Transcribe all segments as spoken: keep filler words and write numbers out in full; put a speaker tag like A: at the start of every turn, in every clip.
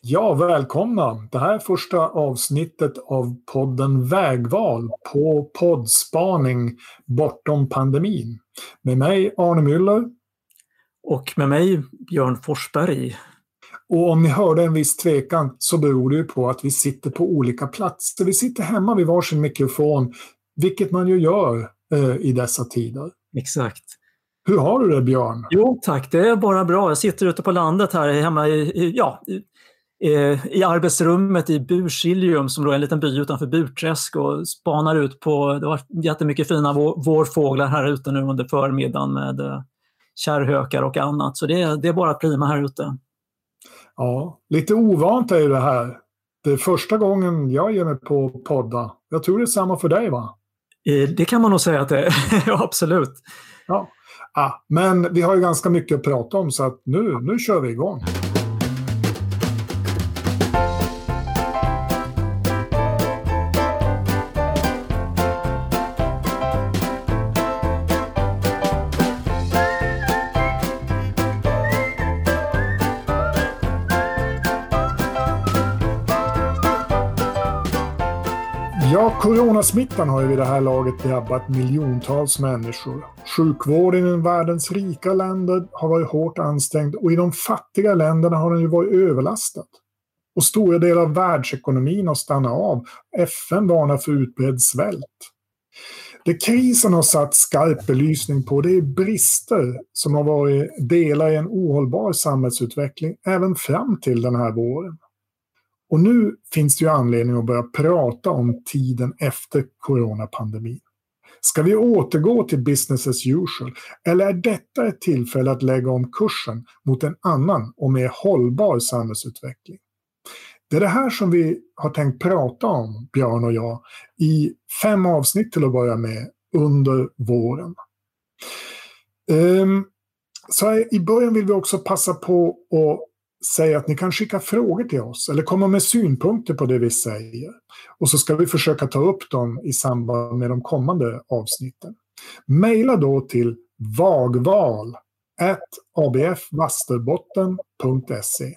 A: Ja, välkomna. Det här är första avsnittet av podden Vägval på poddspaning bortom pandemin. Med mig Arne Müller.
B: Och med mig Björn Forsberg.
A: Och om ni hörde en viss tvekan så beror det ju på att vi sitter på olika platser. Vi sitter hemma vid varsin mikrofon, vilket man ju gör eh, i dessa tider.
B: Exakt.
A: Hur har du det, Björn?
B: Jo tack, det är bara bra. Jag sitter ute på landet här hemma i, i, ja, i, i arbetsrummet i Bursillium som då är en liten by utanför Burträsk och spanar ut på, det var jättemycket fina vår, vårfåglar här ute nu under förmiddagen med eh, kärrhökar och annat. Så det, det är bara prima här ute.
A: Ja, lite ovant är ju det här. Det är första gången jag ger mig på podda. Jag tror det är samma för dig, va?
B: Det kan man nog säga att det är. Ja, absolut.
A: Ja. Ah, men vi har ju ganska mycket att prata om så att nu, nu kör vi igång. Ja, coronasmittan har ju vid det här laget drabbat miljontals människor. Sjukvården i världens rika länder har varit hårt ansträngd och i de fattiga länderna har den ju varit överlastad. Och stora delar av världsekonomin har stannat av. F N varnar för utbredd svält. Det krisen har satt skarp belysning på det är brister som har varit delar i en ohållbar samhällsutveckling även fram till den här våren. Och nu finns det ju anledning att börja prata om tiden efter coronapandemin. Ska vi återgå till business as usual eller är detta ett tillfälle att lägga om kursen mot en annan och mer hållbar samhällsutveckling? Det är det här som vi har tänkt prata om, Björn och jag, i fem avsnitt till att börja med under våren. Um, så här, i början vill vi också passa på att säga att ni kan skicka frågor till oss eller komma med synpunkter på det vi säger. Och så ska vi försöka ta upp dem i samband med de kommande avsnitten. Maila då till vagval at a b f vasterbotten punkt se.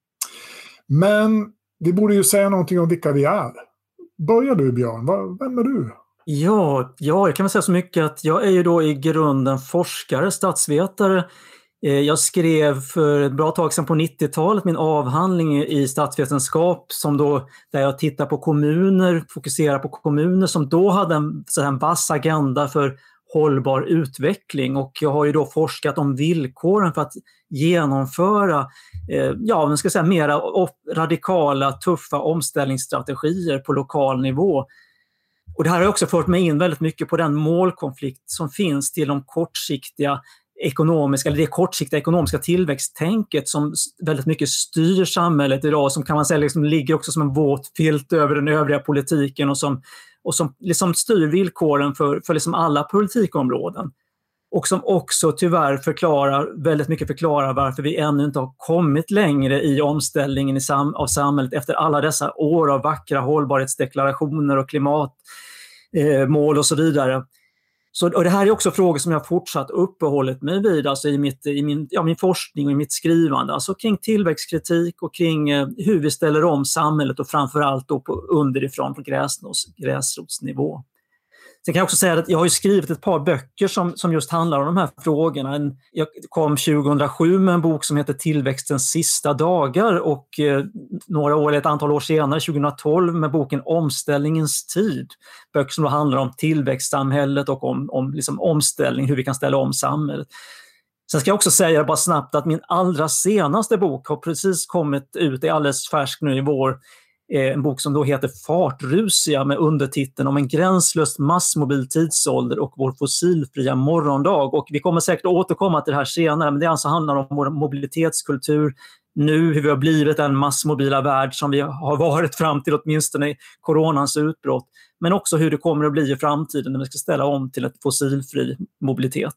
A: Men vi borde ju säga någonting om vilka vi är. Börjar du, Björn? Vem är du?
B: Ja, ja, jag kan väl säga så mycket att jag är ju då i grunden forskare, statsvetare. Jag skrev för ett bra tag sedan på nittiotalet min avhandling i statsvetenskap som då, där jag tittar på kommuner, fokuserar på kommuner som då hade en, så här, en vass agenda för hållbar utveckling. Och jag har ju då forskat om villkoren för att genomföra eh, ja, man ska säga, mera radikala, tuffa omställningsstrategier på lokal nivå. Och det här har också fört mig in väldigt mycket på den målkonflikt som finns till de kortsiktiga ekonomiska, eller det kortsiktiga ekonomiska tillväxttänket som väldigt mycket styr samhället idag, som kan man säga liksom ligger också som en våt filt över den övriga politiken och som, och som liksom styr villkoren för, för liksom alla politikområden. Och som också tyvärr förklarar, väldigt mycket förklarar varför vi ännu inte har kommit längre i omställningen i sam, av samhället efter alla dessa år av vackra hållbarhetsdeklarationer och klimatmål eh, och så vidare. Så, och det här är också frågor som jag fortsatt uppehållit mig vid alltså i, mitt, i min, ja, min forskning och i mitt skrivande. Alltså kring tillväxtkritik och kring eh, hur vi ställer om samhället och framförallt då på underifrån på gräsnos, gräsrotsnivå. Sen kan jag också säga att jag har ju skrivit ett par böcker som, som just handlar om de här frågorna. En, jag kom tjugohundrasju med en bok som heter Tillväxtens sista dagar och eh, några år, ett antal år senare, tjugohundratolv, med boken Omställningens tid. Böcker som då handlar om tillväxtsamhället och om, om liksom omställning, hur vi kan ställa om samhället. Sen ska jag också säga bara snabbt att min allra senaste bok har precis kommit ut, det är alldeles färsk nu i vår. En bok som då heter Fartrusiga med undertiteln om en gränslös massmobil tidsålder och vår fossilfria morgondag. Och vi kommer säkert återkomma till det här senare, men det alltså handlar om vår mobilitetskultur nu, hur vi har blivit den massmobila värld som vi har varit fram till åtminstone coronans utbrott. Men också hur det kommer att bli i framtiden när vi ska ställa om till ett fossilfri mobilitet.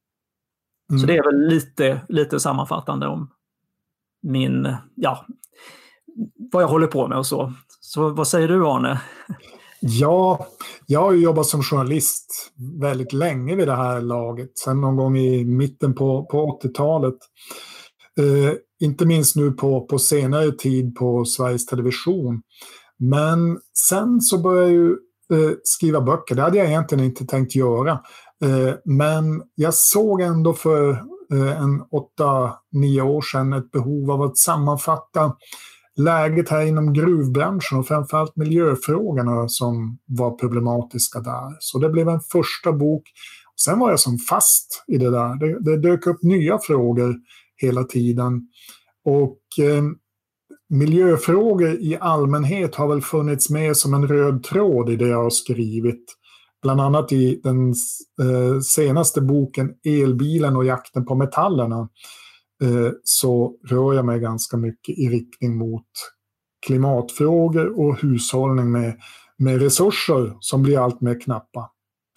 B: Mm. Så det är väl lite, lite sammanfattande om min, ja... vad jag håller på med och så. Så vad säger du, Arne?
A: Ja, jag har ju jobbat som journalist väldigt länge vid det här laget. Sen någon gång i mitten på, på åttiotalet. inte minst nu på, på senare tid på Sveriges Television. Men sen så började jag ju eh, skriva böcker. Det hade jag egentligen inte tänkt göra. Eh, men jag såg ändå för eh, en åtta, nio år sedan ett behov av att sammanfatta läget här inom gruvbranschen och framförallt miljöfrågorna som var problematiska där. Så det blev en första bok. Sen var jag som fast i det där. Det, det dök upp nya frågor hela tiden. Och eh, miljöfrågor i allmänhet har väl funnits med som en röd tråd i det jag har skrivit. Bland annat i den eh, senaste boken Elbilen och jakten på metallerna eh, så rör jag mig ganska mycket i riktning mot klimatfrågor och hushållning med, med resurser som blir allt mer knappa.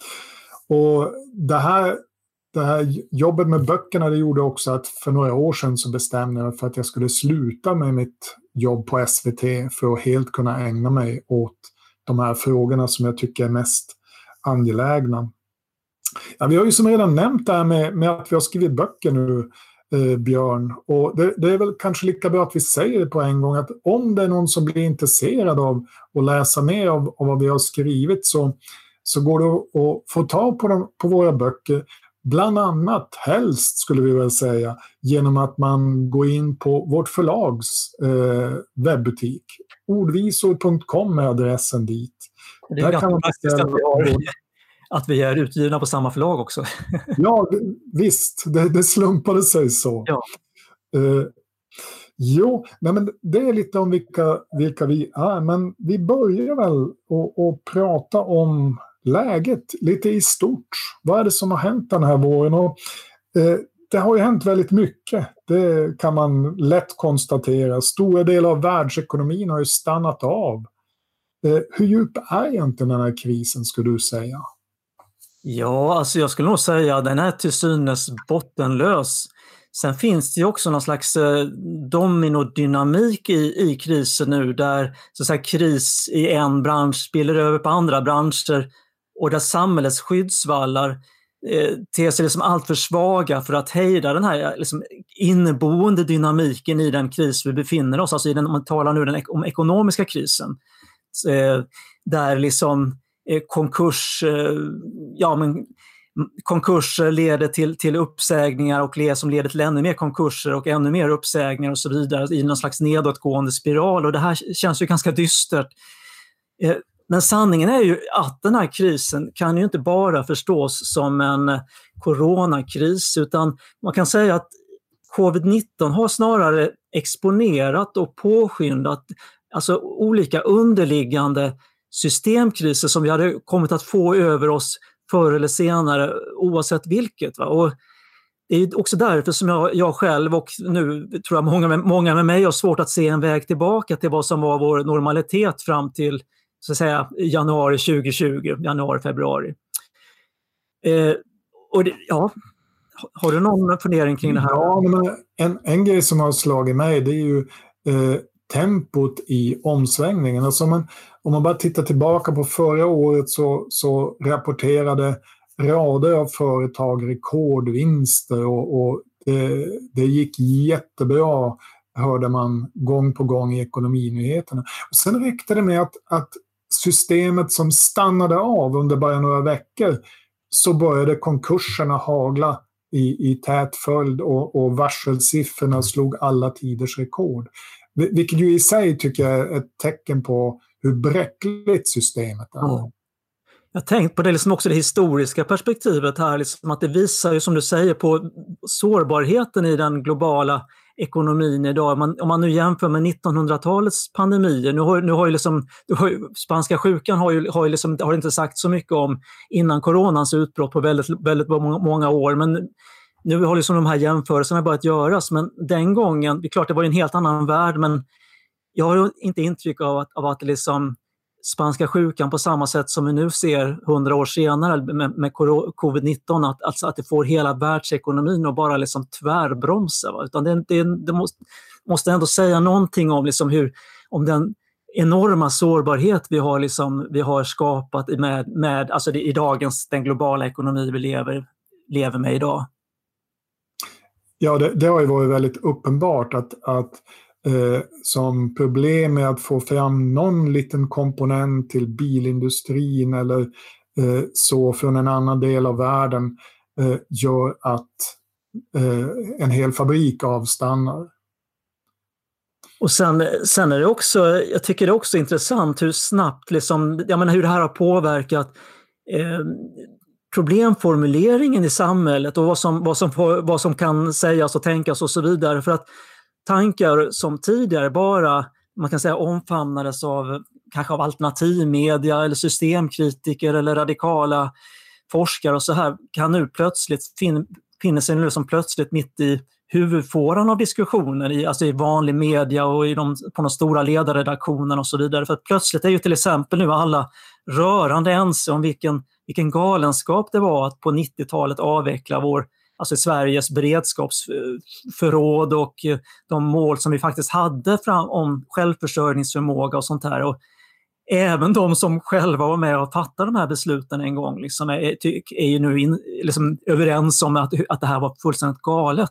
A: Och det här, det här jobbet med böckerna det gjorde också att för några år sedan så bestämde jag för att jag skulle sluta med mitt jobb på S V T för att helt kunna ägna mig åt de här frågorna som jag tycker är mest angelägna. Ja, vi har ju som redan nämnt det här med, med att vi har skrivit böcker nu, eh, Björn. Och det, det är väl kanske lika bra att vi säger det på en gång att om det är någon som blir intresserad av att läsa mer av, av vad vi har skrivit så, så går det att få tag på, dem, på våra böcker. Bland annat, helst skulle vi väl säga, genom att man går in på vårt förlags eh, webbutik. ordvisor punkt com är adressen dit.
B: Det är ganska praktiskt att vi, har, att vi är utgivna på samma förlag också.
A: Ja, visst. Det, det slumpade sig så.
B: Ja.
A: Uh, jo, nej, men det är lite om vilka, vilka vi är. Men vi börjar väl att prata om läget lite i stort. Vad är det som har hänt den här våren? Och, uh, det har ju hänt väldigt mycket. Det kan man lätt konstatera. Stora delar av världsekonomin har ju stannat av. Hur djup är egentligen den här krisen, skulle du säga?
B: Ja, alltså jag skulle nog säga att den är till synes bottenlös. Sen finns det ju också någon slags dominodynamik i, i krisen nu där så att säga, kris i en bransch spiller över på andra branscher och där samhällets skyddsvallar eh, ter sig liksom allt för svaga för att hejda den här liksom, inneboende dynamiken i den kris vi befinner oss. Alltså i den, om man talar nu den, om ekonomiska krisen. Eh, där liksom eh, konkurs, eh, ja, men, konkurser leder till, till uppsägningar och le, som leder till ännu mer konkurser och ännu mer uppsägningar och så vidare i någon slags nedåtgående spiral och det här känns ju ganska dystert. Eh, men sanningen är ju att den här krisen kan ju inte bara förstås som en coronakris utan man kan säga att covid nitton har snarare exponerat och påskyndat alltså olika underliggande systemkriser som vi hade kommit att få över oss förr eller senare oavsett vilket. Va? Och det är också därför som jag, jag själv och nu tror jag många med, många med mig har svårt att se en väg tillbaka till vad som var vår normalitet fram till så att säga, januari tjugo tjugo, januari, februari. Eh, och det, ja, har du någon fundering kring det här?
A: Ja, men en, en grej som har slagit mig det är ju eh, tempot i omsvängningen. Alltså man, om man bara tittar tillbaka på förra året så, så rapporterade rader av företag rekordvinster och, och det, det gick jättebra, hörde man gång på gång i ekonominyheterna. Och sen räckte det med att, att systemet som stannade av under bara några veckor så började konkurserna hagla i, i tät följd och, och varselsiffrorna slog alla tiders rekord. Vilket ju i sig tycker jag är ett tecken på hur bräckligt systemet är.
B: Ja. Jag har tänkt på det liksom också det historiska perspektivet här, liksom att det visar ju som du säger på sårbarheten i den globala ekonomin idag. Man, om man nu jämför med nittonhundratalets pandemier, nu har, nu har ju liksom, nu har ju, spanska sjukan har ju, har ju liksom, har inte sagt så mycket om innan coronans utbrott på väldigt, väldigt många år, men nu har liksom de här jämförelserna börjat göras, men den gången, det är klart det var en helt annan värld, men jag har inte intryck av att, av att det liksom spanska sjukan på samma sätt som vi nu ser hundra år senare med, med covid nitton, att, alltså att det får hela världsekonomin och bara liksom tvärbromsa. Va? Utan det, det, det måste, måste ändå säga någonting om, liksom hur, om den enorma sårbarhet vi har, liksom, vi har skapat med, med alltså det, i dagens den globala ekonomi vi lever, lever med idag.
A: Ja, det, det har ju varit väldigt uppenbart att, att eh, som problem är att få fram någon liten komponent till bilindustrin eller eh, så från en annan del av världen eh, gör att eh, en hel fabrik avstannar.
B: Och sen, sen är det också, jag tycker det är också intressant hur snabbt, liksom, jag menar hur det här har påverkat eh, problemformuleringen i samhället och vad som, vad, som, vad som kan sägas och tänkas och så vidare. För att tankar som tidigare bara, man kan säga, omfamnades av kanske av alternativmedia eller systemkritiker eller radikala forskare och så här, kan nu plötsligt fin, finna sig nu som plötsligt mitt i huvudfåran av diskussioner i, alltså i vanlig media och i de, på de stora ledarredaktionerna och så vidare. För att plötsligt är ju till exempel nu alla rörande ense om vilken, vilken galenskap det var att på nittiotalet avveckla vår, alltså Sveriges beredskapsförråd och de mål som vi faktiskt hade fram om självförsörjningsförmåga och sånt här. Och även de som själva var med och fattade de här besluten en gång liksom är, är ju nu in, liksom överens om att, att det här var fullständigt galet.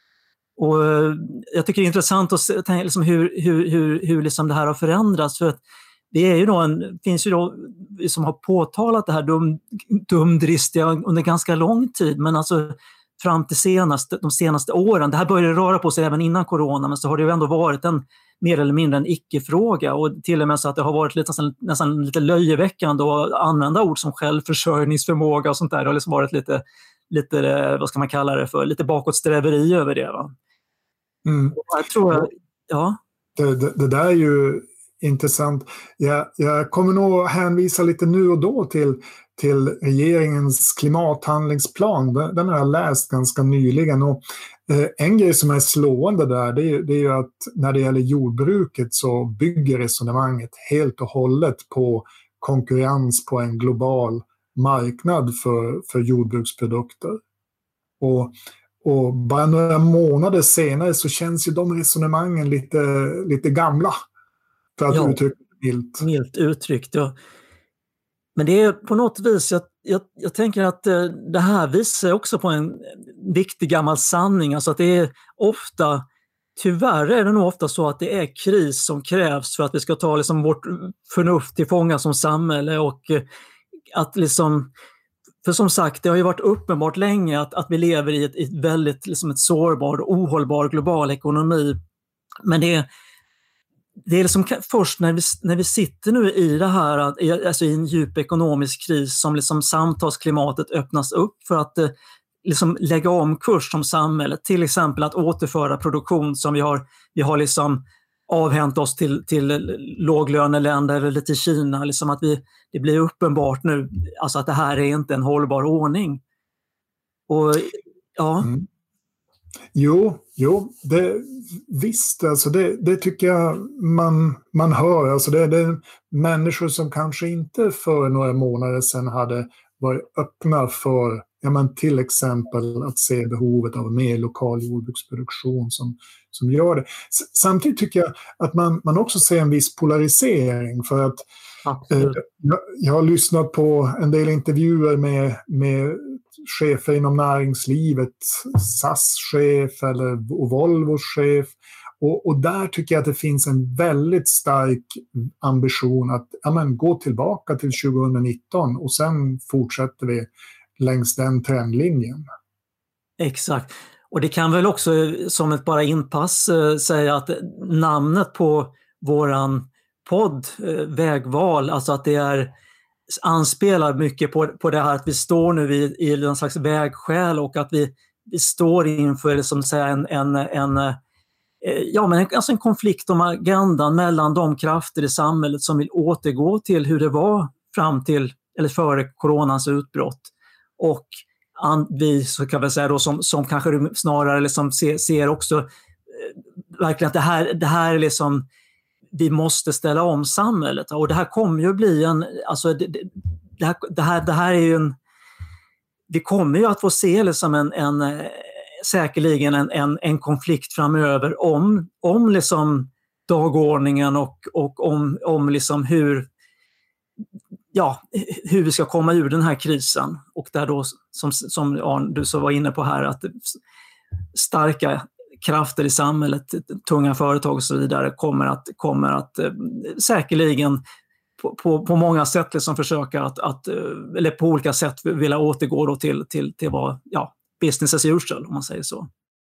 B: Och jag tycker det är intressant att se liksom hur, hur, hur, hur liksom det här har förändrats. För att det är ju då en, finns ju då som har påtalat det här dum, dumdristiga under ganska lång tid. Men alltså fram till senaste, de senaste åren, det här började röra på sig även innan corona, men så har det ju ändå varit en mer eller mindre en icke-fråga. Och till och med så att det har varit lite, nästan, nästan lite löjeväckande att använda ord som självförsörjningsförmåga och sånt där. Det har liksom varit lite, lite, vad ska man kalla det för, lite bakåtsträveri över det, va?
A: Mm.
B: Jag tror jag, ja.
A: Det, det, det där är ju intressant. Jag, jag kommer nog hänvisa lite nu och då till, till regeringens klimathandlingsplan. Den, den har jag läst ganska nyligen. Och, eh, en grej som är slående där, det är, det är ju att när det gäller jordbruket så bygger resonemanget helt och hållet på konkurrens på en global marknad för, för jordbruksprodukter. Och Och bara några månader senare så känns ju de resonemangen lite, lite gamla. För att
B: ja,
A: uttrycka det milt.
B: Milt uttryckt, ja. Men det är på något vis, jag, jag, jag tänker att det här visar också på en viktig gammal sanning. Alltså att det är ofta, tyvärr är det nog ofta så att det är kris som krävs för att vi ska ta liksom vårt förnuft till fånga som samhälle. Och att liksom... För som sagt, det har ju varit uppenbart länge att, att vi lever i ett, ett väldigt liksom ett sårbar och ohållbar global ekonomi. Men det är, det är liksom först när vi, när vi sitter nu i det här, alltså i en djup ekonomisk kris, som liksom samtalsklimatet öppnas upp för att liksom lägga om kurs som samhälle. Till exempel att återföra produktion som vi har, vi har liksom avhänt oss till, till låglöneländer eller till Kina. Liksom att vi, det blir uppenbart nu alltså att det här är inte en hållbar ordning. Och ja.
A: Mm. Jo, jo det, visst, alltså det, det tycker jag man, man hör. Alltså det, det är människor som kanske inte för några månader sedan hade varit öppna för, ja, men till exempel att se behovet av mer lokal jordbruksproduktion som, som gör det. Samtidigt tycker jag att man, man också ser en viss polarisering, för att eh, jag, jag har lyssnat på en del intervjuer med, med chefer inom näringslivet, S A S-chef eller och Volvos chef. Och, och där tycker jag att det finns en väldigt stark ambition att ja, men, gå tillbaka till tjugonitton och sen fortsätter vi längs den trendlinjen.
B: Exakt. Och det kan väl också som ett bara inpass äh, säga att namnet på våran podd, äh, Vägval, alltså att det är anspelar mycket på, på det här att vi står nu i, i någon slags vägskäl och att vi, vi står inför som säga, en, en, en, ja, men alltså en konflikt om agendan mellan de krafter i samhället som vill återgå till hur det var fram till eller före coronans utbrott, och vi så kan vi säga då som, som kanske snarare eller som ser, ser också eh, verkligen att det här, det här är liksom vi måste ställa om samhället, och det här kommer ju bli en alltså det, det, här, det, här, det här är ju en vi kommer ju att få se liksom en, en säkerligen en, en, en konflikt framöver om, om liksom dagordningen och, och om, om liksom hur ja, hur vi ska komma ur den här krisen, och där då som, som Arn, du så var inne på här att starka krafter i samhället, tunga företag och så vidare kommer att, kommer att eh, säkerligen på, på, på många sätt liksom försöka att, att, eller på olika sätt vilja återgå då till, till, till vad, ja, business as usual, om man säger så.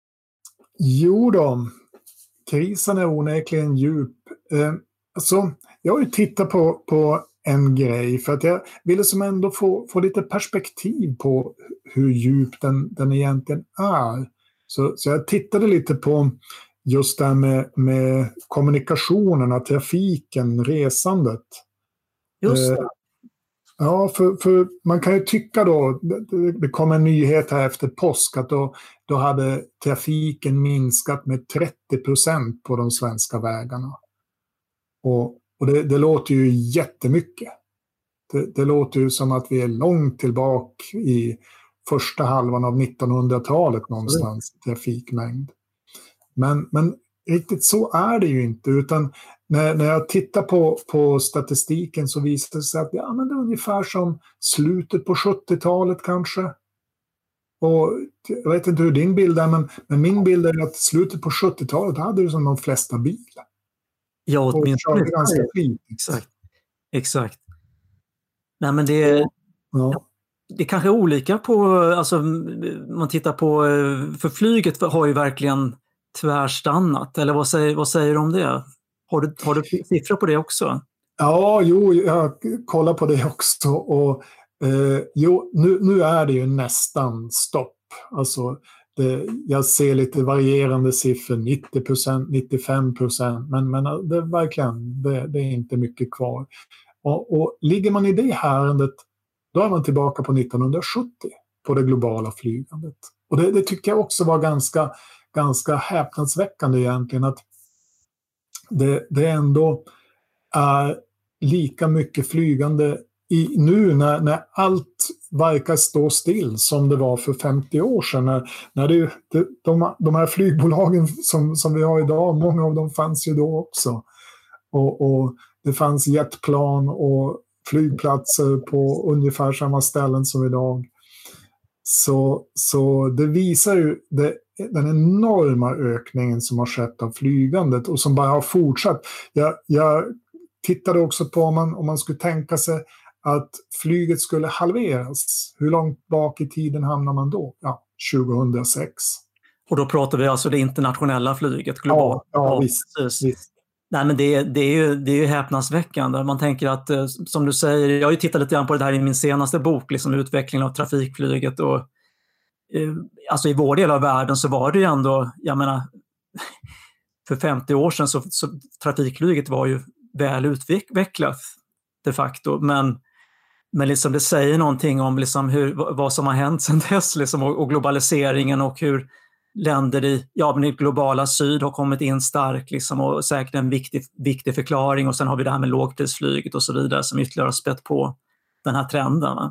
A: Jo då, krisen är onekligen djup. Eh, alltså, jag har ju tittat på, på en grej för att jag ville som ändå få, få lite perspektiv på hur djup den, den egentligen är. Så, så jag tittade lite på just det här med, med kommunikationerna, trafiken, resandet.
B: Just det.
A: Eh, ja, för, för man kan ju tycka då, det, det kom en nyhet här efter påsk att då, då hade trafiken minskat med trettio procent på de svenska vägarna. Och, och det, det låter ju jättemycket. Det, det låter ju som att vi är långt tillbaka i första halvan av nittonhundratalet någonstans, mm. trafikmängd. Men, men riktigt så är det ju inte, utan när, när jag tittar på, på statistiken så visar det sig att ja, men det är ungefär som slutet på sjuttiotalet kanske. Och jag vet inte hur din bild är, men, men min bild är att slutet på sjuttiotalet hade du som de flesta bilar.
B: Ja, åtminstone.
A: Ganska fint.
B: Exakt. Exakt. Nej, men det är... Ja. Det är kanske olika på, alltså man tittar på, för flyget har ju verkligen tvärstannat, eller vad säger, vad säger du om det? Har du, har du siffror på det också?
A: Ja, jo, jag kollar på det också och eh, jo, nu, nu är det ju nästan stopp. Alltså, det, jag ser lite varierande siffror, nittio procent, nittiofem procent, men, men det är verkligen, det, det är inte mycket kvar. Och, och ligger man i det härandet, då är man tillbaka på nittonhundrasjuttio på det globala flygandet. Och det, det tycker jag också var ganska, ganska häpnadsväckande egentligen, att det, det ändå är lika mycket flygande i, nu när, när allt verkar stå still som det var för femtio år sedan. När, när det, det, de, de här flygbolagen som, som vi har idag, många av dem fanns ju då också. Och, och det fanns jetplan och flygplatser på ungefär samma ställen som idag. Så, så det visar ju det, den enorma ökningen som har skett av flygandet och som bara har fortsatt. Jag, jag tittade också på om man, om man skulle tänka sig att flyget skulle halveras. Hur långt bak i tiden hamnar man då? Ja, tjugohundrasex.
B: Och då pratar vi alltså det internationella flyget globalt.
A: Ja, ja, visst, visst.
B: Nej, men det, det, är ju, det är ju häpnadsväckande. Man tänker att, som du säger, jag har ju tittat lite grann på det här i min senaste bok, liksom utvecklingen av trafikflyget. Och, eh, alltså i vår del av världen så var det ju ändå, jag menar, för femtio år sedan så, så trafikflyget var ju väl utvecklat de facto. Men, men liksom det säger någonting om liksom hur, vad som har hänt sedan dess liksom, och, och globaliseringen och hur länder i, ja, men i globala syd har kommit in starkt liksom, och säkert en viktig, viktig förklaring. Och sen har vi det här med lågprisflyget och så vidare som ytterligare har spett på den här trenden. Va?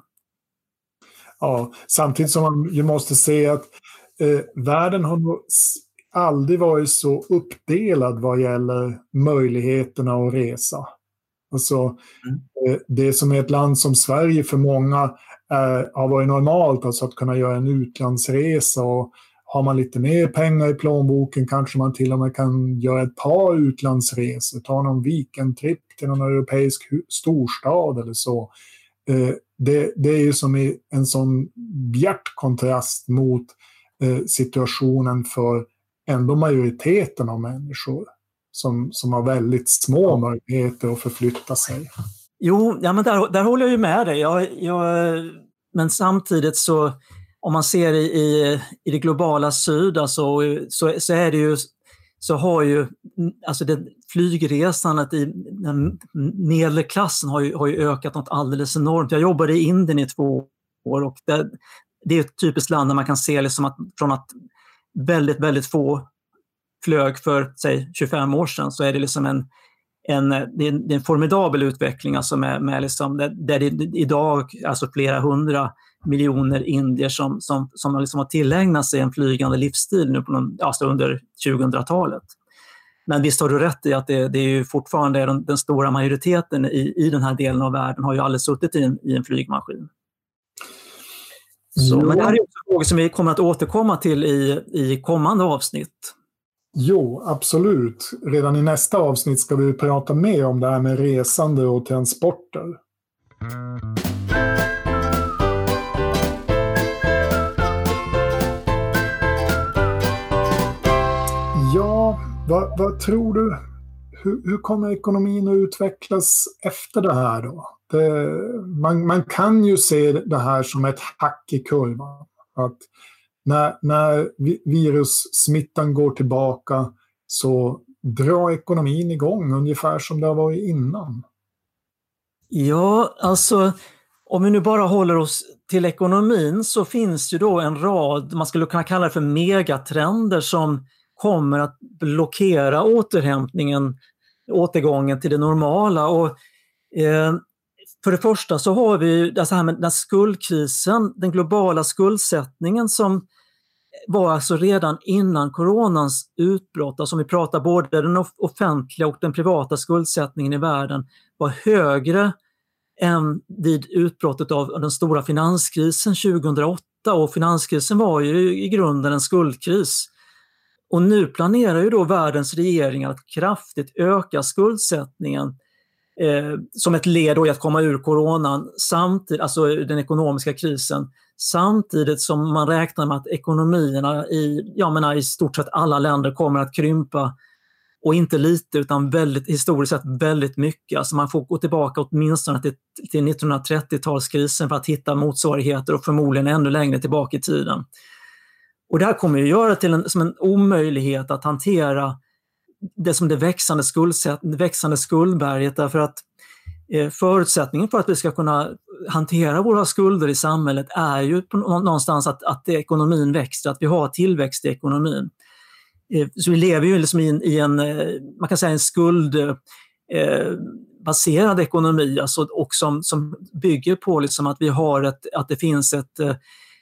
A: Ja, samtidigt som man ju måste se att eh, världen har aldrig varit så uppdelad vad gäller möjligheterna att resa. Alltså, mm. eh, det som är ett land som Sverige för många eh, har varit normalt, alltså att kunna göra en utlandsresa, och har man lite mer pengar i plånboken kanske man till och med kan göra ett par utlandsresor, ta någon weekendtrip till någon europeisk storstad eller så. Eh, det, det är ju som i en sån bjärt kontrast mot eh, situationen för ändå majoriteten av människor som, som har väldigt små möjligheter att förflytta sig.
B: Jo, ja, men där, där håller jag ju med dig. Jag, jag, men samtidigt så om man ser i, i, i det globala syd alltså, så, så är det ju, så har ju alltså det, flygresandet i den medelklassen har ju, har ju ökat något alldeles enormt. Jag jobbade i Indien i två år och det, det är ett typiskt land där man kan se liksom att från att väldigt, väldigt få flög för säg tjugofem år sedan så är det liksom en, en, det är en, det är en formidabel utveckling alltså med, med liksom, där, där det idag alltså flera hundra miljoner indier som, som, som liksom har tillägnat sig en flygande livsstil nu på någon, alltså under tjugohundratalet. Men visst har du rätt i att det, det är ju fortfarande den, den stora majoriteten i, i den här delen av världen har ju aldrig suttit i en, i en flygmaskin. Så,
A: Jo.
B: men det här är också frågor som vi kommer att återkomma till i, i kommande avsnitt.
A: Jo, absolut. Redan i nästa avsnitt ska vi prata mer om det här med resande och transporter. Ja, vad, vad tror du? Hur, hur kommer ekonomin att utvecklas efter det här då? Det, man, man kan ju se det här som ett hack i kurvan. Att när, när virussmittan går tillbaka så drar ekonomin igång ungefär som det har varit innan.
B: Ja, alltså om vi nu bara håller oss till ekonomin så finns ju då en rad, man skulle kunna kalla det för megatrender som kommer att blockera återhämtningen, återgången till det normala. Och, eh, för det första så har vi alltså här med den här skuldkrisen, den globala skuldsättningen som var alltså redan innan coronans utbrott, alltså om vi pratar både den offentliga och den privata skuldsättningen i världen var högre än vid utbrottet av den stora finanskrisen tjugohundraåtta, och finanskrisen var ju i grunden en skuldkris. Och nu planerar ju då världens regeringar att kraftigt öka skuldsättningen eh, som ett led i att komma ur coronan, samtidigt, alltså den ekonomiska krisen, samtidigt som man räknar med att ekonomierna i, jag menar, i stort sett alla länder kommer att krympa, och inte lite utan väldigt, historiskt sett väldigt mycket. Alltså man får gå tillbaka åtminstone till, till nittonhundratrettiotalskrisen för att hitta motsvarigheter, och förmodligen ännu längre tillbaka i tiden. Och det här kommer ju göra till en, som en omöjlighet att hantera det som det växande, skuldsätt, det växande skuldberget, därför att eh, förutsättningen för att vi ska kunna hantera våra skulder i samhället är ju på någonstans att, att ekonomin växer, att vi har tillväxt i ekonomin. Eh, så vi lever ju liksom i en, i en man kan säga en skuldbaserad eh, ekonomi, alltså, och som, som bygger på liksom att vi har ett, att det finns ett eh,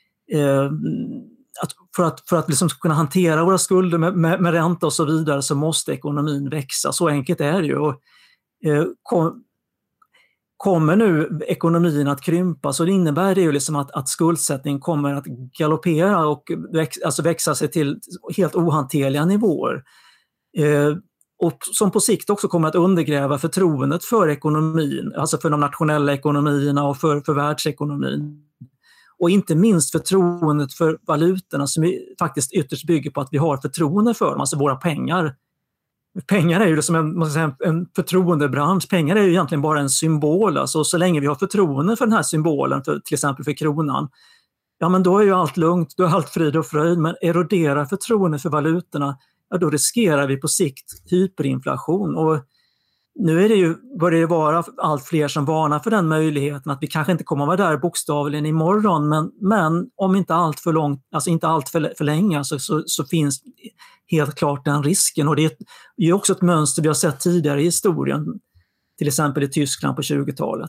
B: Att för att, för att liksom kunna hantera våra skulder med, med, med ränta och så vidare så måste ekonomin växa. Så enkelt är det ju. Och, eh, kom, kommer nu ekonomin att krympa så innebär det ju liksom att, att skuldsättningen kommer att galoppera och väx, alltså växa sig till helt ohanterliga nivåer. Eh, och som på sikt också kommer att undergräva förtroendet för ekonomin, alltså för de nationella ekonomierna och för, för världsekonomin. Och inte minst förtroendet för valutorna som faktiskt ytterst bygger på att vi har förtroende för dem, alltså våra pengar. Pengar är ju som en, man ska säga, en förtroendebransch. Pengar är ju egentligen bara en symbol. Alltså, så länge vi har förtroende för den här symbolen, för, till exempel för kronan, ja men då är ju allt lugnt, då är allt frid och fröjd. Men eroderar förtroende för valutorna, ja då riskerar vi på sikt hyperinflation. Och nu är det ju, börjar det vara allt fler som varnar för den möjligheten att vi kanske inte kommer att vara där bokstavligen imorgon, men, men om inte allt för långt, alltså inte allt för, för länge alltså, så, så finns helt klart den risken. Och det är ju också ett mönster vi har sett tidigare i historien, till exempel i Tyskland på tjugotalet.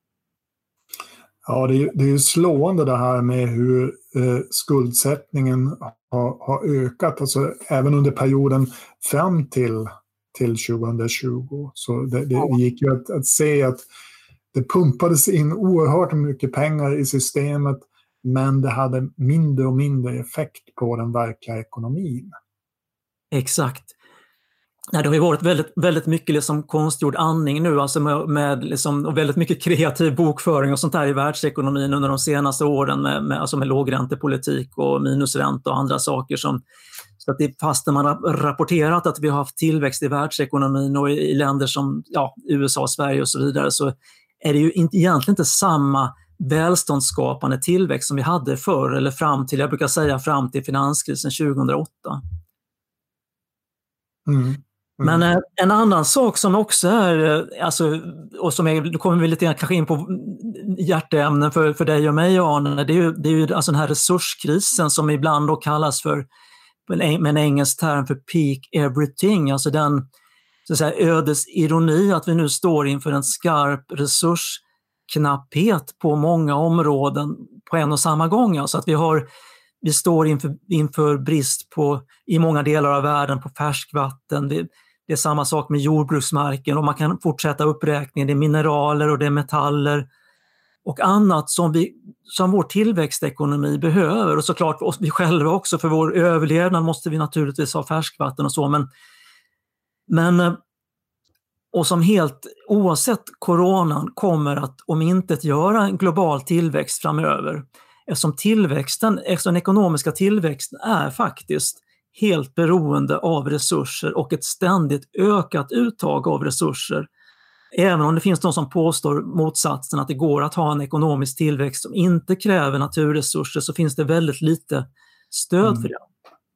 A: Ja, det är, det är slående det här med hur eh, skuldsättningen har, har ökat, alltså även under perioden fram till till tjugohundratjugo. Så det, det gick ju att, att se att det pumpades in oerhört mycket pengar i systemet, men det hade mindre och mindre effekt på den verkliga ekonomin.
B: Exakt. Nej, det har ju varit väldigt, väldigt mycket liksom konstgjord andning nu, alltså med, med liksom, och väldigt mycket kreativ bokföring och sånt här i världsekonomin under de senaste åren med, med, alltså med lågräntepolitik och minusränta och andra saker som så att det, fast man har rapporterat att vi har haft tillväxt i världsekonomin och i, i länder som ja, U S A, Sverige och så vidare, så är det ju inte, egentligen inte samma välståndsskapande tillväxt som vi hade förr eller fram till, jag brukar säga fram till finanskrisen tjugohundraåtta.
A: Mm. Mm.
B: Men eh, en annan sak som också är, alltså, och som är, då kommer vi lite grann kanske in på hjärteämnen för, för dig och mig, Arne, det är ju, det är ju alltså den här resurskrisen som ibland då kallas för, med en engelsk term, för peak everything, alltså den så att säga, ödes ironi att vi nu står inför en skarp resursknapphet på många områden på en och samma gång. Alltså att vi, har, vi står inför, inför brist på, i många delar av världen på färskvatten, det, det är samma sak med jordbruksmarken och man kan fortsätta uppräkningen, det är mineraler och det är metaller. och annat som, vi, som vår tillväxtekonomi behöver. Och såklart oss, vi själva också, för vår överlevnad måste vi naturligtvis ha färskvatten och så. Men, men, och som helt oavsett coronan kommer att om inte göra en global tillväxt framöver. Eftersom tillväxten, eftersom den ekonomiska tillväxten är faktiskt helt beroende av resurser och ett ständigt ökat uttag av resurser. Även om det finns de som påstår motsatsen, att det går att ha en ekonomisk tillväxt som inte kräver naturresurser, så finns det väldigt lite stöd mm. för det.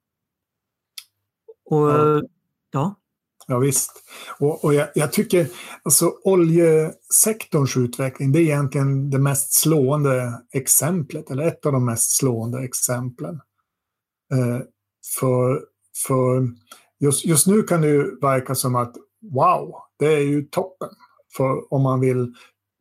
B: Och,
A: ja.
B: ja.
A: Ja visst. Och, och jag, jag tycker alltså oljesektorns utveckling, det är egentligen det mest slående exemplet, eller ett av de mest slående exemplen. Eh, för för just, just nu kan det ju verka som att wow, det är ju toppen för om man vill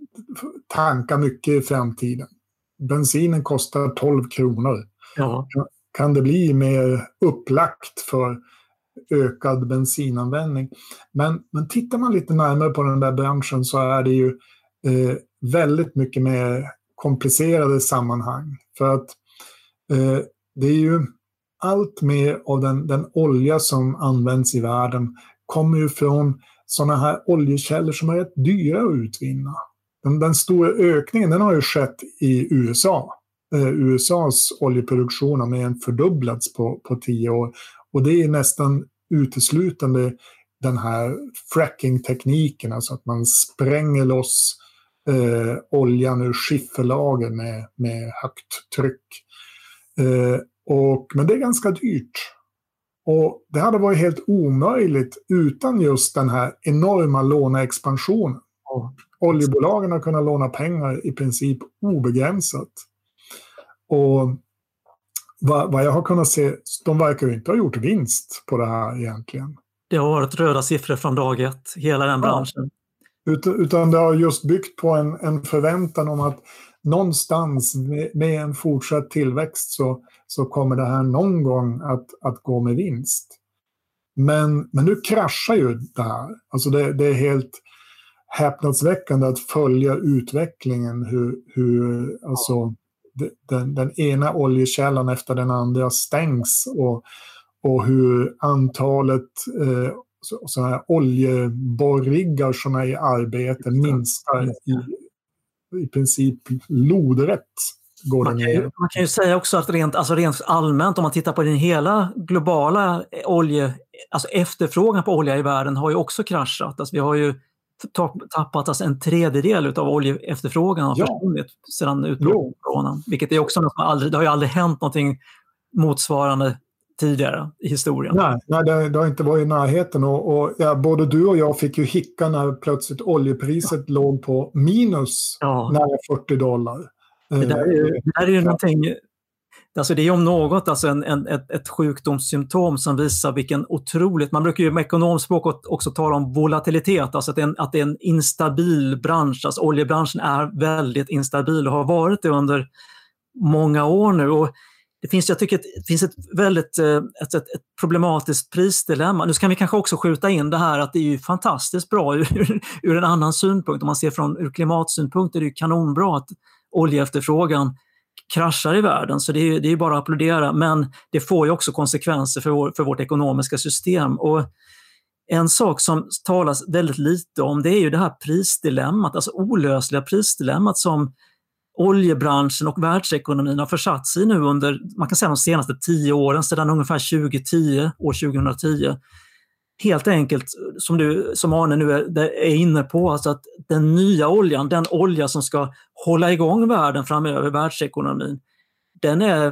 A: tanka mycket i framtiden. Bensinen kostar tolv kronor.
B: Ja.
A: Kan det bli mer upplagt för ökad bensinanvändning? Men, men tittar man lite närmare på den där branschen så är det ju eh, väldigt mycket mer komplicerade sammanhang. För att eh, det är ju allt mer av den, den olja som används i världen kommer ju från sådana här oljekällor som är rätt dyra att utvinna. Den, den stora ökningen den har ju skett i U S A. Eh, U S A:s oljeproduktion har mer än fördubblats på, på tio år. Och det är nästan uteslutande den här fracking-tekniken, alltså att man spränger loss eh, oljan ur skifferlager med, med högt tryck. Eh, och, men det är ganska dyrt. Och det hade varit helt omöjligt utan just den här enorma låneexpansionen.
B: Oh.
A: Oljebolagen har kunnat låna pengar i princip obegränsat. Och vad, vad jag har kunnat se, de verkar ju inte ha gjort vinst på det här egentligen.
B: Det har varit röda siffror från dag ett, hela den branschen.
A: Ja. Ut, utan det har just byggt på en, en förväntan om att någonstans med, med en fortsatt tillväxt så, så kommer det här någon gång att, att gå med vinst. Men, men nu kraschar ju det här. Alltså det, det är helt häpnadsväckande att följa utvecklingen, hur, hur alltså, den, den ena oljekällan efter den andra stängs och, och hur antalet eh, så, så här oljeborriggar som är i arbete minskar i, i princip lodrätt. Går
B: man, kan ju, man kan ju säga också att rent, alltså rent allmänt, om man tittar på den hela globala olje, alltså efterfrågan på olja i världen har ju också kraschat. Alltså vi har ju tappat alltså en tredjedel av oljeefterfrågan har
A: ja.
B: försvunnit sedan utbrottet, vilket är också något som aldrig, det har ju aldrig hänt någonting motsvarande tidigare i historien.
A: Nej, nej det, det har inte varit i närheten och, och ja, både du och jag fick ju hicka när plötsligt oljepriset ja. låg på minus ja. nära fyrtio dollar.
B: Det där är ju, det där är ju någonting, alltså det är om något alltså en, en, ett, ett sjukdomssymptom som visar vilken otroligt, man brukar ju med ekonomspråk också tala om volatilitet, alltså att det är en, att det är en instabil bransch, alltså oljebranschen är väldigt instabil och har varit det under många år nu. Och det finns, jag tycker, det finns ett väldigt ett, ett, ett problematiskt prisdilemma. Nu ska vi kanske också skjuta in det här att det är ju fantastiskt bra ur, ur en annan synpunkt. Om man ser från ur klimatsynpunkt är det ju kanonbra att oljeefterfrågan kraschar i världen. Så det är, det är bara att applådera. Men det får ju också konsekvenser för, vår, för vårt ekonomiska system. Och en sak som talas väldigt lite om, det är ju det här prisdilemmat, alltså olösliga prisdilemmat som oljebranschen och världsekonomin har försatt sig nu under, man kan säga de senaste tio åren, sedan ungefär tjugo tio, år tjugohundratio. Helt enkelt, som, du, som Arne nu är, är inne på, alltså att den nya oljan, den olja som ska hålla igång världen framöver, världsekonomin, den är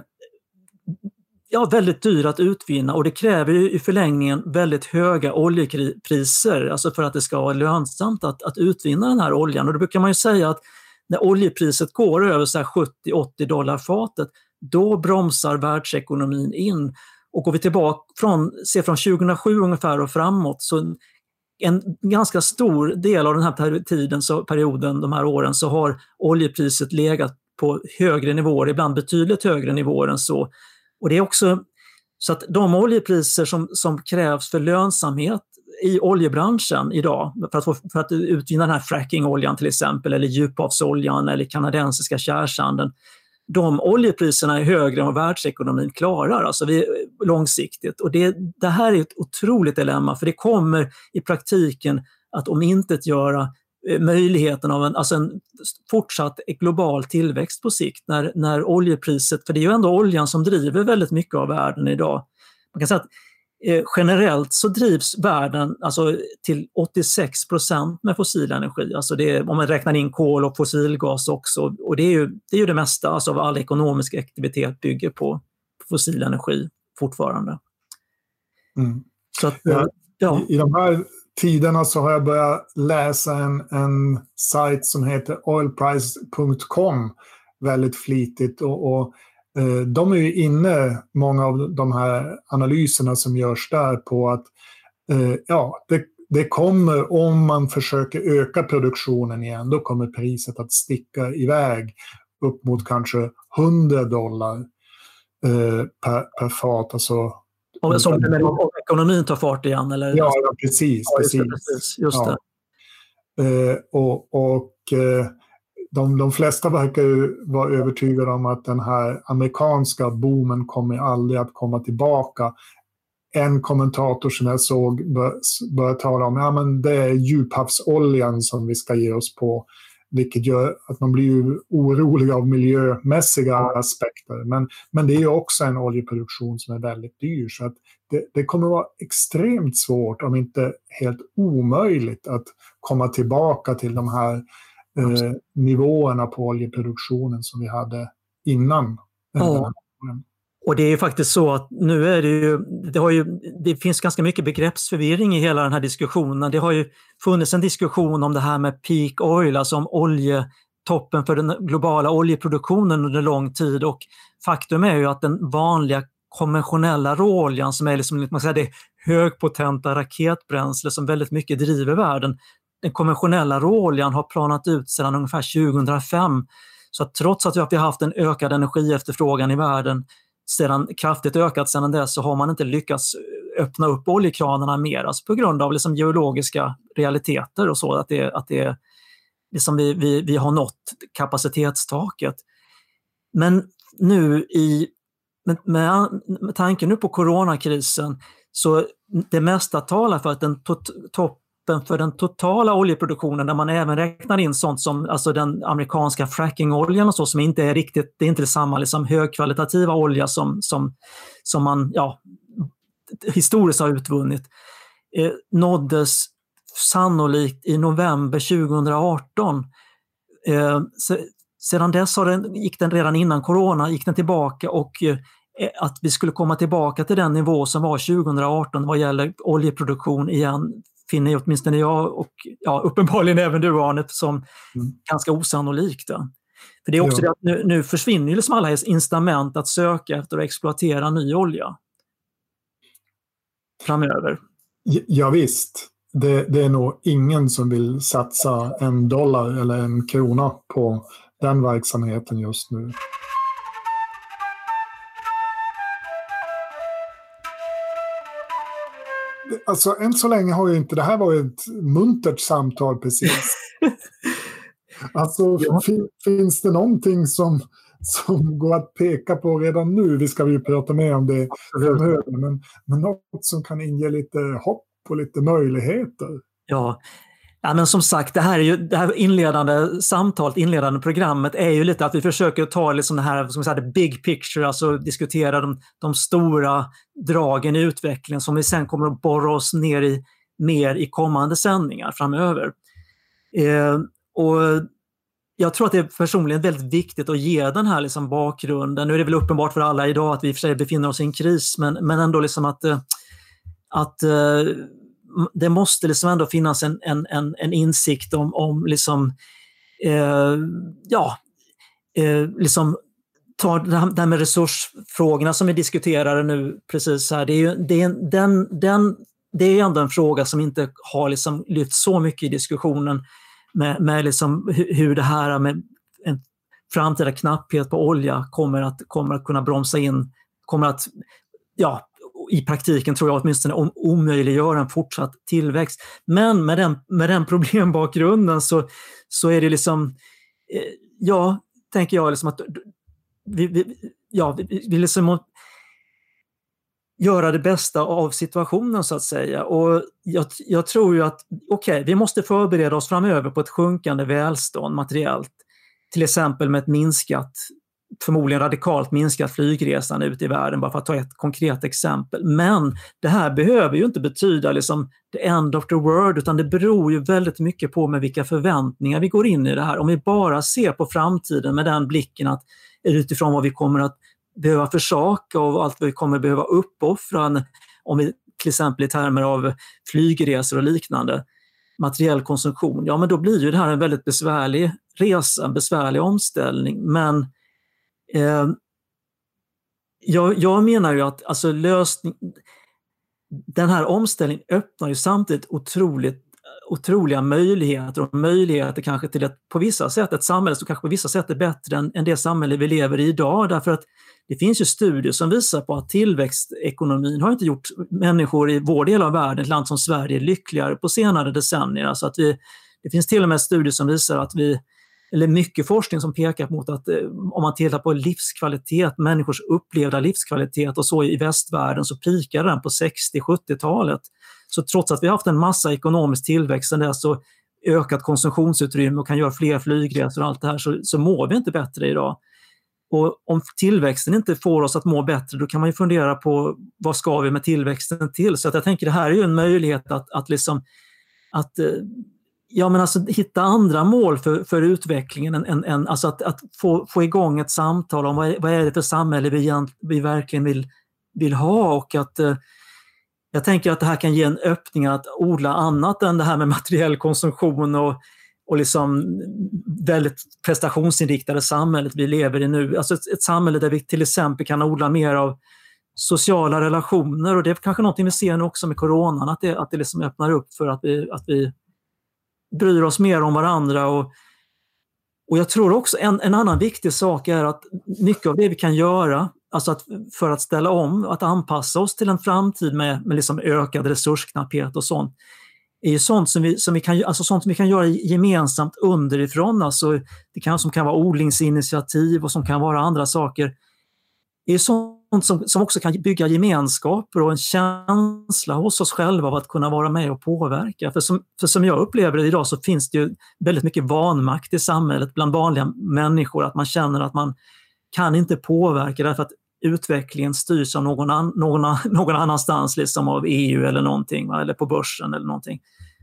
B: ja, väldigt dyr att utvinna och det kräver ju i förlängningen väldigt höga oljepriser, alltså för att det ska vara lönsamt att, att utvinna den här oljan. Och då brukar man ju säga att när oljepriset går över så här sjuttio till åttio dollar fatet, då bromsar världsekonomin in. Och går vi tillbaka från, se från tjugohundrasju ungefär och framåt, så en ganska stor del av den här tiden, så perioden, de här åren, så har oljepriset legat på högre nivåer, ibland betydligt högre nivåer än så. Och det är också så att de oljepriser som, som krävs för lönsamhet i oljebranschen idag för att, få, för att utvinna den här frackingoljan till exempel, eller djuphavsoljan eller kanadensiska tjärsanden. De oljepriserna är högre än vad världsekonomin klarar, alltså vi, långsiktigt. Och det, det här är ett otroligt dilemma, för det kommer i praktiken att omintetgöra möjligheten av en, alltså en fortsatt global tillväxt på sikt när, när oljepriset, för det är ju ändå oljan som driver väldigt mycket av världen idag. Man kan säga att eh, generellt så drivs världen alltså till åttiosex procent med fossil energi. Alltså det är, om man räknar in kol och fossilgas också. Och det är ju det, är ju det mesta, alltså av all ekonomisk aktivitet bygger på fossil energi fortfarande.
A: Mm.
B: Så att, ja. Ja.
A: I, I de här tiderna så har jag börjat läsa en, en sajt som heter oil price punkt com väldigt flitigt. Och, och eh, de är ju inne, många av de här analyserna som görs där, på att eh, ja, det, det kommer, om man försöker öka produktionen igen, då kommer priset att sticka iväg upp mot kanske hundra dollar eh, per, per fat. Alltså,
B: och som det med om ekonomin tar fart igen? Eller?
A: Ja, ja, precis.
B: Ja,
A: precis.
B: just det. Precis, just
A: ja.
B: det.
A: Eh, och och eh, de, de flesta verkar ju vara övertygade om att den här amerikanska boomen kommer aldrig att komma tillbaka. En kommentator som jag såg bör, började tala om, ja men det är djuphavsoljan som vi ska ge oss på. Vilket gör att man blir ju orolig av miljömässiga aspekter. Men, men det är ju också en oljeproduktion som är väldigt dyr. Så att det, det kommer att vara extremt svårt, om inte helt omöjligt, att komma tillbaka till de här eh, nivåerna på oljeproduktionen som vi hade innan.
B: Ja. Och det är ju faktiskt så att nu är det ju, det har ju, det finns ganska mycket begreppsförvirring i hela den här diskussionen. Det har ju funnits en diskussion om det här med peak oil, alltså om oljetoppen för den globala oljeproduktionen under lång tid, och faktum är ju att den vanliga konventionella råoljan, som är liksom, man säger, det högpotenta raketbränsle som väldigt mycket driver världen, den konventionella råoljan har planat ut sedan ungefär tjugohundrafem. Så att trots att vi har haft en ökad energiefterfrågan i världen, sedan kraftigt ökat sedan dess, så har man inte lyckats öppna upp oljekranarna mer, alltså på grund av liksom geologiska realiteter och så, att det, att det liksom vi, vi, vi har nått kapacitetstaket. Men nu i med, med, med tanken nu på coronakrisen, så det mesta talar för att den tot, toppen för den totala oljeproduktionen, där man även räknar in sånt som alltså den amerikanska frackingoljan och så, som inte är riktigt, det är inte samma liksom högkvalitativa olja som, som, som man ja, historiskt har utvunnit, eh, nåddes sannolikt i november tjugohundraarton. Eh, så, sedan dess har den, gick den redan innan corona, gick den tillbaka, och eh, att vi skulle komma tillbaka till den nivå som var tjugohundraarton vad gäller oljeproduktion igen, finner jag, åtminstone jag och ja, uppenbarligen även du, Arne, som mm. ganska osannolikt. Ja. För det är också ja. det att nu, nu försvinner ju liksom alla incitament att söka efter och exploatera ny olja framöver.
A: Ja, visst. Det, det är nog ingen som vill satsa en dollar eller en krona på den verksamheten just nu. Alltså än så länge har ju inte, det här var ju ett muntert samtal precis. Alltså ja. fin, finns det någonting som, som går att peka på redan nu? Vi ska ju prata mer om det framöver, men, men något som kan inge lite hopp och lite möjligheter.
B: Ja. Ja, men som sagt, det här, är ju, det här inledande samtalet, inledande programmet är ju lite att vi försöker ta liksom det här, som säga, the big picture, alltså diskutera de, de stora dragen i utvecklingen som vi sen kommer att borra oss ner i mer i kommande sändningar framöver. Eh, och jag tror att det är personligen väldigt viktigt att ge den här liksom bakgrunden. Nu är det väl uppenbart för alla idag att vi i och för sig befinner oss i en kris, men, men ändå liksom att, att det måste liksom ändå finnas en, en, en, en insikt om, om liksom, eh, ja, eh, liksom ta det här med resursfrågorna som vi diskuterar nu precis här. Det är ju, det är, den, den, det är ändå en fråga som inte har liksom lyft så mycket i diskussionen med, med liksom hur det här med en framtida knapphet på olja kommer att, kommer att kunna bromsa in, kommer att, ja, i praktiken tror jag åtminstone om, omöjliggöra en fortsatt tillväxt. Men med den, med den problembakgrunden så, så är det liksom, eh, ja, tänker jag liksom att vi, vi, ja, vi, vi liksom göra det bästa av situationen så att säga. Och jag, jag tror ju att okej, okay, vi måste förbereda oss framöver på ett sjunkande välstånd materiellt. Till exempel med ett minskat, förmodligen radikalt minskat flygresan ut i världen, bara för att ta ett konkret exempel. Men det här behöver ju inte betyda liksom the end of the world, utan det beror ju väldigt mycket på med vilka förväntningar vi går in i det här. Om vi bara ser på framtiden med den blicken att utifrån vad vi kommer att behöva försaka och allt vi kommer behöva uppoffra, om vi till exempel i termer av flygresor och liknande, materiell konsumtion, ja men då blir ju det här en väldigt besvärlig resa, en besvärlig omställning. Men eh, jag, jag menar ju att alltså lösning, den här omställningen öppnar ju samtidigt otroligt otroliga möjligheter och möjligheter kanske till ett, på vissa sätt ett samhälle som kanske på vissa sätt är bättre än, än det samhälle vi lever i idag, därför att det finns ju studier som visar på att tillväxtekonomin har inte gjort människor i vår del av världen, ett land som Sverige, lyckligare på senare decennier. Alltså att vi, det finns till och med studier som visar att vi, eller mycket forskning som pekar mot att eh, om man tittar på livskvalitet, människors upplevda livskvalitet och så i västvärlden, så pikar den på sextio-sjuttiotalet. Så trots att vi har haft en massa ekonomisk tillväxt sedan dess och ökat konsumtionsutrymme och kan göra fler flygresor och allt det här, så, så mår vi inte bättre idag. Och om tillväxten inte får oss att må bättre, då kan man ju fundera på vad ska vi med tillväxten till? Så att jag tänker det här är ju en möjlighet att, att, liksom, att ja, men alltså, hitta andra mål för, för utvecklingen. Än, än, alltså att, att få, få igång ett samtal om vad är, vad är det för samhälle vi, vi verkligen vill, vill ha. Och att jag tänker att det här kan ge en öppning att odla annat än det här med materiell konsumtion och och liksom väldigt prestationsinriktade samhället vi lever i nu. Alltså ett, ett samhälle där vi till exempel kan odla mer av sociala relationer, och det är kanske någonting vi ser nu också med coronan, att det, att det liksom öppnar upp för att vi, att vi bryr oss mer om varandra. Och, och jag tror också en, en annan viktig sak är att mycket av det vi kan göra, alltså att, för att ställa om, att anpassa oss till en framtid med, med liksom ökad resursknapphet och sånt, är ju sånt som vi, som vi kan, alltså sånt som vi kan göra gemensamt underifrån. Alltså det kan, som kan vara odlingsinitiativ och som kan vara andra saker. Det är sånt som, som också kan bygga gemenskaper och en känsla hos oss själva av att kunna vara med och påverka. För som, för som jag upplever det idag så finns det ju väldigt mycket vanmakt i samhället bland vanliga människor. Att man känner att man kan inte påverka därför att utvecklingen styrs av någon, an, någon, någon annanstans, liksom av E U eller någonting, va? Eller på börsen eller någonting.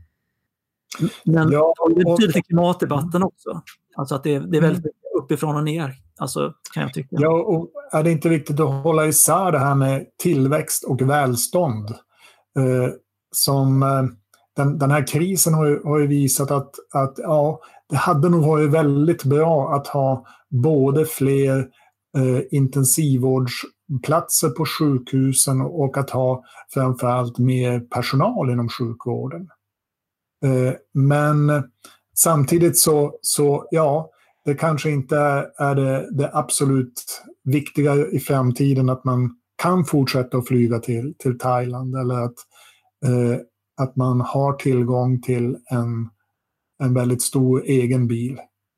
B: Men ja, och, det betyder till klimatdebatten också. Alltså att det, det är väldigt uppifrån och ner, alltså, kan jag tycka.
A: Ja, och är det inte viktigt att hålla isär det här med tillväxt och välstånd? Eh, som eh, den, den här krisen har ju, har ju visat att, att ja, det hade nog varit väldigt bra att ha både fler eh, intensivvårdsplatser på sjukhusen och att ha framförallt mer personal inom sjukvården. Eh, men samtidigt så, så ja, det kanske inte är det, det absolut viktiga i framtiden att man kan fortsätta att flyga till, till Thailand, eller att, eh, att man har tillgång till en, en väldigt stor egen bil.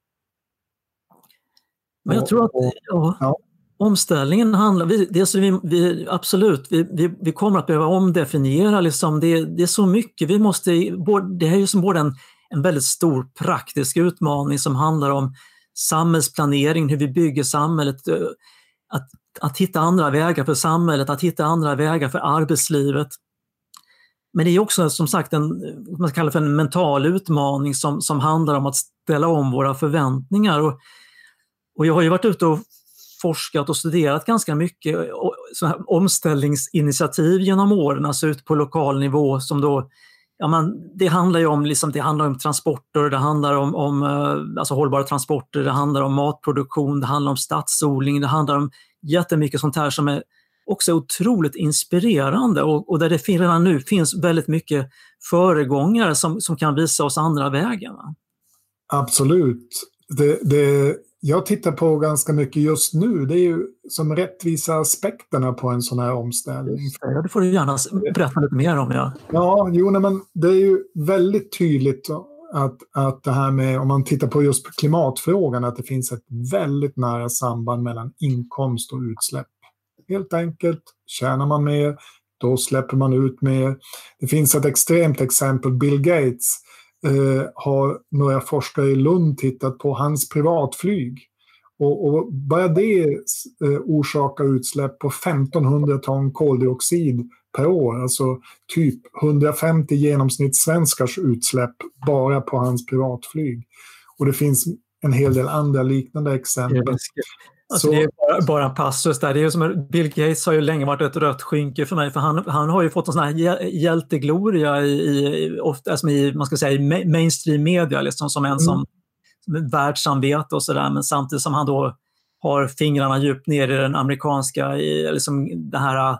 B: Men jag tror att ja, ja. omställningen handlar, vi, det är så vi, vi, absolut, vi, vi, vi kommer att behöva omdefiniera, liksom, det, det är så mycket, vi måste, det är ju som både en, en väldigt stor praktisk utmaning som handlar om samhällsplanering, hur vi bygger samhället, att, att hitta andra vägar för samhället, att hitta andra vägar för arbetslivet. Men det är också som sagt en, man kallar för en mental utmaning som, som handlar om att ställa om våra förväntningar. Och, och jag har ju varit ute och forskat och studerat ganska mycket så här omställningsinitiativ genom åren, alltså ute på lokal nivå, som då, ja, men det handlar ju om, liksom, det handlar om transporter, det handlar om, om alltså hållbara transporter, det handlar om matproduktion, det handlar om stadsodling, det handlar om jättemycket sånt här som är också otroligt inspirerande, och, och där det redan nu finns väldigt mycket föregångare som, som kan visa oss andra vägar. Va?
A: Absolut. Det, det, jag tittar på ganska mycket just nu, det är ju som rättvisa aspekterna på en sån här omställning.
B: Ja, det får du gärna berätta lite mer om. Ja,
A: ja jo, nej, men det är ju väldigt tydligt att, att det här med, om man tittar på just klimatfrågan, att det finns ett väldigt nära samband mellan inkomst och utsläpp. Helt enkelt, tjänar man mer, då släpper man ut mer. Det finns ett extremt exempel, Bill Gates eh, har några forskare i Lund tittat på hans privatflyg. Och, och bara det eh, orsakar utsläpp på femtonhundra ton koldioxid per år. Alltså typ hundrafemtio genomsnittssvenskars utsläpp bara på hans privatflyg. Och det finns en hel del andra liknande exempel.
B: Alltså, det är bara, bara en passus där. Det är som, Bill Gates har ju länge varit ett rött skynke för mig, för han, han har ju fått en sån här hjältegloria i, i, ofta, alltså i, man ska säga, i mainstream media liksom, som en mm. som, som världssamvete och sådär, men samtidigt som han då har fingrarna djupt ner i den amerikanska, i, liksom den här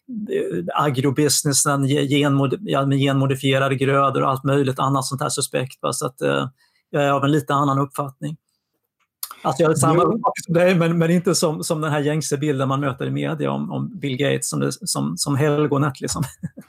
B: agrobusinessen, genmod, ja, med genmodifierade grödor och allt möjligt annat sånt här suspekt. Så att, eh, jag är av en lite annan uppfattning. Alltså jag har samma uppfattning som dig, men, men inte som, som den här gängse bilden man möter i media om, om Bill Gates som, det, som, som helgonet. Liksom.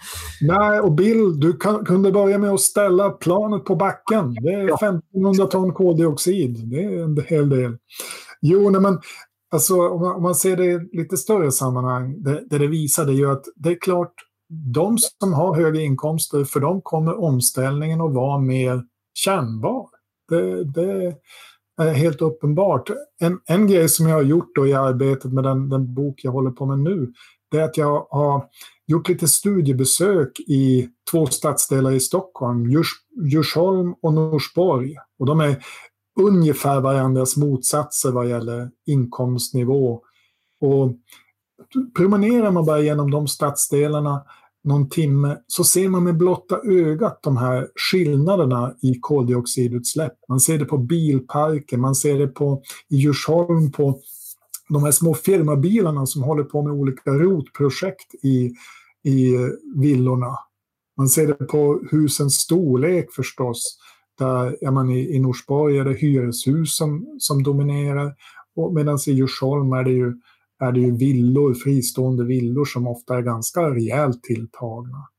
A: Nej, och Bill, du kan, kunde börja med att ställa planet på backen. Det är femtonhundra ton koldioxid. Det är en hel del. Jo, nej, men alltså, om, man, om man ser det i lite större sammanhang, det, det, det visar det ju att det är klart, de som har höga inkomster, för dem kommer omställningen att vara mer kännbar. Det, det är helt uppenbart. En, en grej som jag har gjort då i arbetet med den, den bok jag håller på med nu, det är att jag har gjort lite studiebesök i två stadsdelar i Stockholm, Djurs, Djursholm och Norsborg. Och de är ungefär varandras motsatser vad gäller inkomstnivå. Och promenerar man bara genom de stadsdelarna någon timme, så ser man med blotta ögat de här skillnaderna i koldioxidutsläpp. Man ser det på bilparker, man ser det på i Djursholm på de här små firmabilarna som håller på med olika rotprojekt i, i villorna. Man ser det på husens storlek förstås. Där, ja, man i, i Norsborg är det hyreshus som, som dominerar, och medan i Djursholm är det ju är det ju villor, fristående villor som ofta är ganska rejält tilltagna.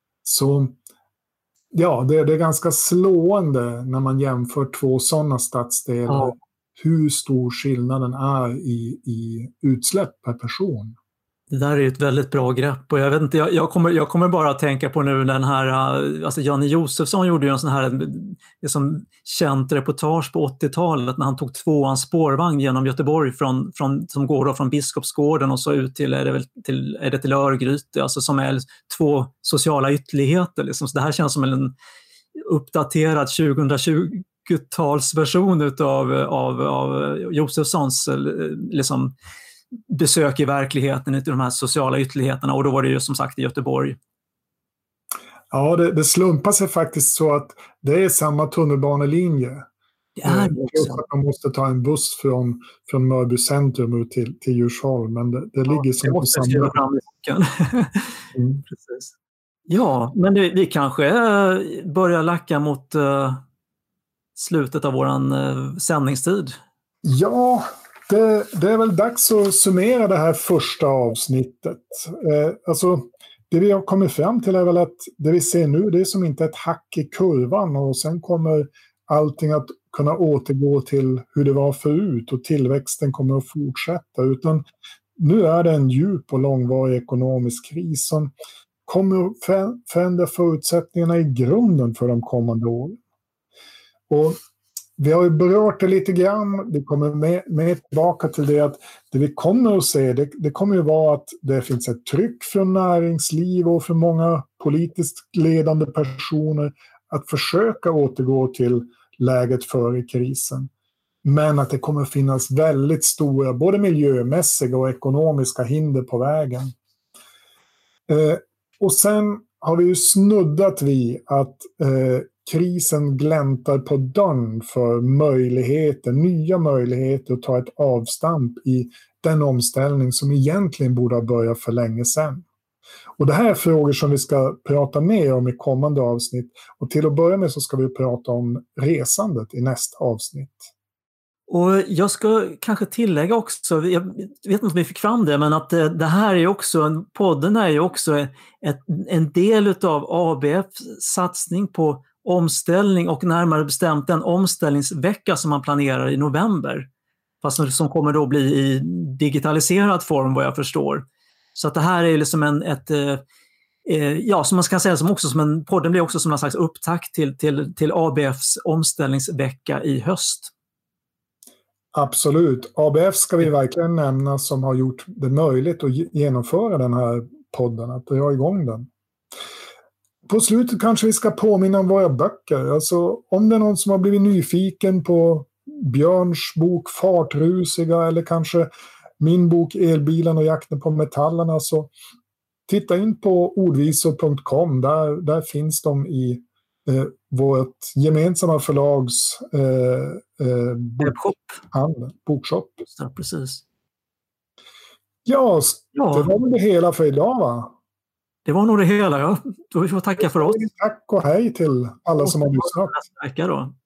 A: Så ja, det, det är ganska slående när man jämför två sådana stadsdelar, ja, hur stor skillnaden är i, i utsläpp per person.
B: Det där är ju ett väldigt bra grepp, och jag vet inte, jag, jag, kommer, jag kommer bara att tänka på nu den här, alltså Janne Josefsson gjorde ju en sån här liksom, känt reportage på åttiotalet när han tog tvåans spårvagn genom Göteborg från, från, som går då från Biskopsgården och så ut till, är det väl, till, är det till Örgryte, alltså som är två sociala ytterligheter. Liksom. Så det här känns som en uppdaterad tjugohundratjugotalsversion utav, av, av Josefssons liksom, besök i verkligheten i de här sociala ytterligheterna, och då var det ju som sagt i Göteborg.
A: Ja, det, det slumpar sig faktiskt så att det är samma tunnelbanelinje.
B: Det är det också.
A: Att man måste ta en buss från, från Mörby centrum ut till, till Djursholm, men det, det ja, ligger som på samma...
B: Fram mm. Precis. Ja, men det, vi kanske börjar lacka mot uh, slutet av våran uh, sändningstid.
A: Ja, Det, det är väl dags att summera det här första avsnittet. Eh, alltså, det vi har kommit fram till är väl att det vi ser nu, det är som inte ett hack i kurvan, och sen kommer allting att kunna återgå till hur det var förut och tillväxten kommer att fortsätta, utan nu är det en djup och långvarig ekonomisk kris som kommer att förändra förutsättningarna i grunden för de kommande åren. Och vi har ju berört det lite grann, vi kommer med, med tillbaka till det, att det vi kommer att se, det, det kommer ju vara att det finns ett tryck från näringsliv och från många politiskt ledande personer att försöka återgå till läget före krisen. Men att det kommer att finnas väldigt stora, både miljömässiga och ekonomiska hinder på vägen. Eh, och sen har vi ju snuddat vid att eh, krisen gläntar på dörren för möjligheter, nya möjligheter att ta ett avstamp i den omställning som egentligen borde ha börjat för länge sedan. Och det här är frågor som vi ska prata mer om i kommande avsnitt. Och till att börja med så ska vi prata om resandet i nästa avsnitt.
B: Och jag ska kanske tillägga också, jag vet inte om vi fick fram det, men att det, det här är också, podden är ju också ett, en del utav A B F:s satsning på omställning och närmare bestämt en omställningsvecka som man planerar i november. Fast som kommer då bli i digitaliserad form vad jag förstår. Så att det här är liksom en, ett, eh, ja som man ska säga som också som en, podden blir också som en slags upptakt till, till, till A B F:s omställningsvecka i höst.
A: Absolut. A B F ska vi verkligen nämna som har gjort det möjligt att genomföra den här podden, att dra igång den. På slutet kanske vi ska påminna om våra böcker. Alltså, om det är någon som har blivit nyfiken på Björns bok Fartrusiga eller kanske min bok Elbilen och jakten på metallerna, så titta in på ordvisor punkt com. Där, där finns de i eh, vårt gemensamma förlags eh, eh, bokshop. bokshop.
B: Ja, precis.
A: Ja,
B: ja,
A: det var väl det hela för idag, va?
B: Det var nog det hela, ja. Då får vi tacka för oss.
A: Tack och hej till alla som har lyssnat.
B: Nästa vecka då.